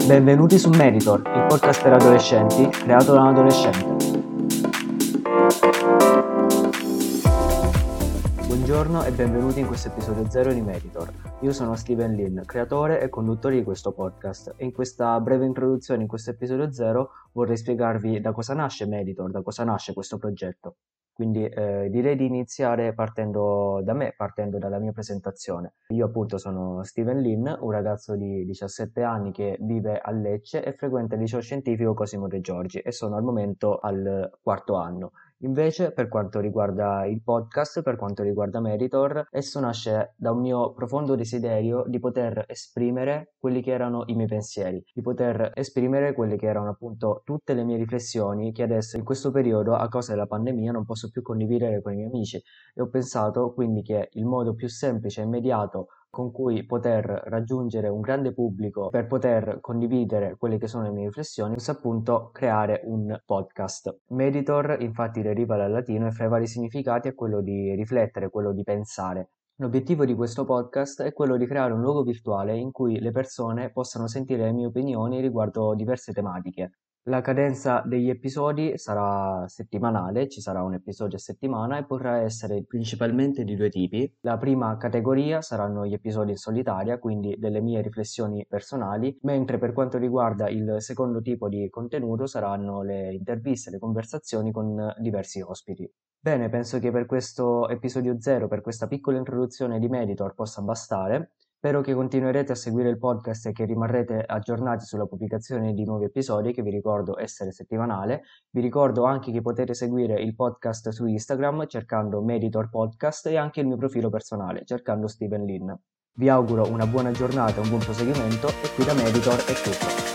Benvenuti su Meritor, il podcast per adolescenti creato da un adolescente. Buongiorno e benvenuti in questo episodio 0 di Meritor. Io sono Steven Lin, creatore e conduttore di questo podcast, e in questa breve introduzione, in questo episodio 0, vorrei spiegarvi da cosa nasce Meritor, da cosa nasce questo progetto. Quindi direi di iniziare partendo da me, partendo dalla mia presentazione. Io appunto sono Steven Lin, un ragazzo di 17 anni che vive a Lecce e frequenta il liceo scientifico Cosimo De Giorgi e sono al momento al quarto anno. Invece, per quanto riguarda il podcast, per quanto riguarda Meritor, esso nasce da un mio profondo desiderio di poter esprimere quelli che erano i miei pensieri, di poter esprimere quelle che erano appunto tutte le mie riflessioni che adesso in questo periodo, a causa della pandemia, non posso più condividere con i miei amici. E ho pensato quindi che il modo più semplice e immediato con cui poter raggiungere un grande pubblico per poter condividere quelle che sono le mie riflessioni, fosse appunto creare un podcast. Meditor infatti deriva dal latino e fra i vari significati è quello di riflettere, quello di pensare. L'obiettivo di questo podcast è quello di creare un luogo virtuale in cui le persone possano sentire le mie opinioni riguardo diverse tematiche. La cadenza degli episodi sarà settimanale, ci sarà un episodio a settimana e potrà essere principalmente di due tipi. La prima categoria saranno gli episodi in solitaria, quindi delle mie riflessioni personali, mentre per quanto riguarda il secondo tipo di contenuto saranno le interviste, le conversazioni con diversi ospiti. Bene, penso che per questo episodio 0, per questa piccola introduzione di Meditor possa bastare. Spero che continuerete a seguire il podcast e che rimarrete aggiornati sulla pubblicazione di nuovi episodi, che vi ricordo essere settimanale. Vi ricordo anche che potete seguire il podcast su Instagram cercando Meditor Podcast e anche il mio profilo personale cercando Steven Lin. Vi auguro una buona giornata e un buon proseguimento e qui da Meditor è tutto.